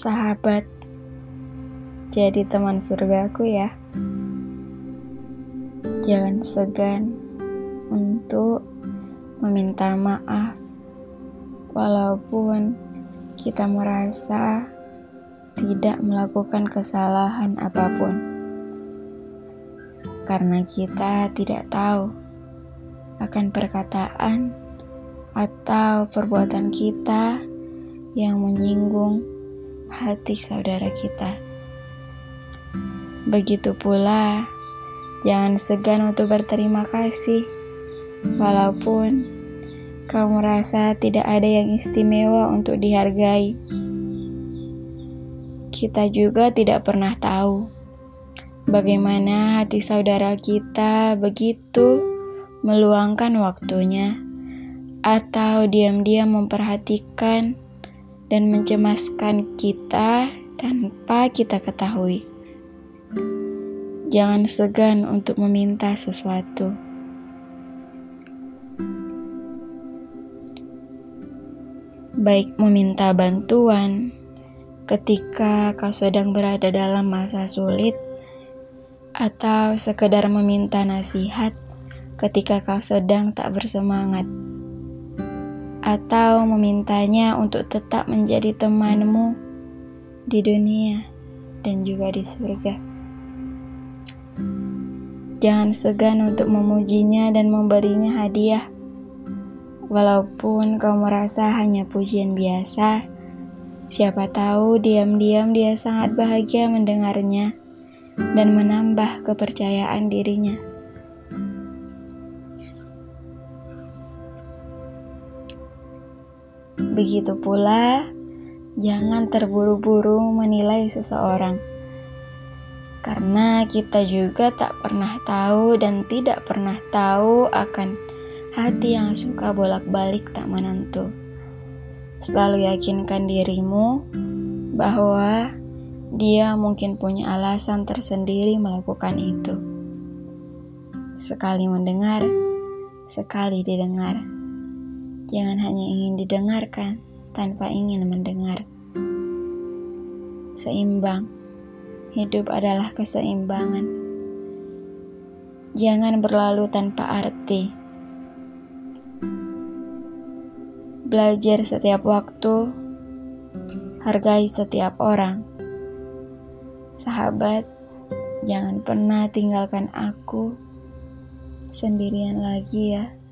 Sahabat, jadi teman surgaku ya. Jangan segan untuk meminta maaf, walaupun kita merasa tidak melakukan kesalahan apapun. Karena kita tidak tahu akan perkataan atau perbuatan kita yang menyinggung hati saudara kita. Begitu pula, jangan segan untuk berterima kasih, walaupun kau merasa tidak ada yang istimewa untuk dihargai. Kita juga tidak pernah tahu bagaimana hati saudara kita begitu meluangkan waktunya atau diam-diam memperhatikan dan mencemaskan kita tanpa kita ketahui. Jangan segan untuk meminta sesuatu. Baik meminta bantuan ketika kau sedang berada dalam masa sulit, atau sekedar meminta nasihat ketika kau sedang tak bersemangat, atau memintanya untuk tetap menjadi temanmu di dunia dan juga di surga. Jangan segan untuk memujinya dan memberinya hadiah, walaupun kau merasa hanya pujian biasa. Siapa tahu diam-diam dia sangat bahagia mendengarnya dan menambah kepercayaan dirinya. Begitu pula, jangan terburu-buru menilai seseorang, karena kita juga tak pernah tahu dan tidak pernah tahu akan hati yang suka bolak-balik tak menentu. Selalu yakinkan dirimu bahwa dia mungkin punya alasan tersendiri melakukan itu. Sekali mendengar, sekali didengar. Jangan hanya ingin didengarkan tanpa ingin mendengar. Seimbang. Hidup adalah keseimbangan. Jangan berlalu tanpa arti. Belajar setiap waktu, hargai setiap orang. Sahabat, jangan pernah tinggalkan aku sendirian lagi ya.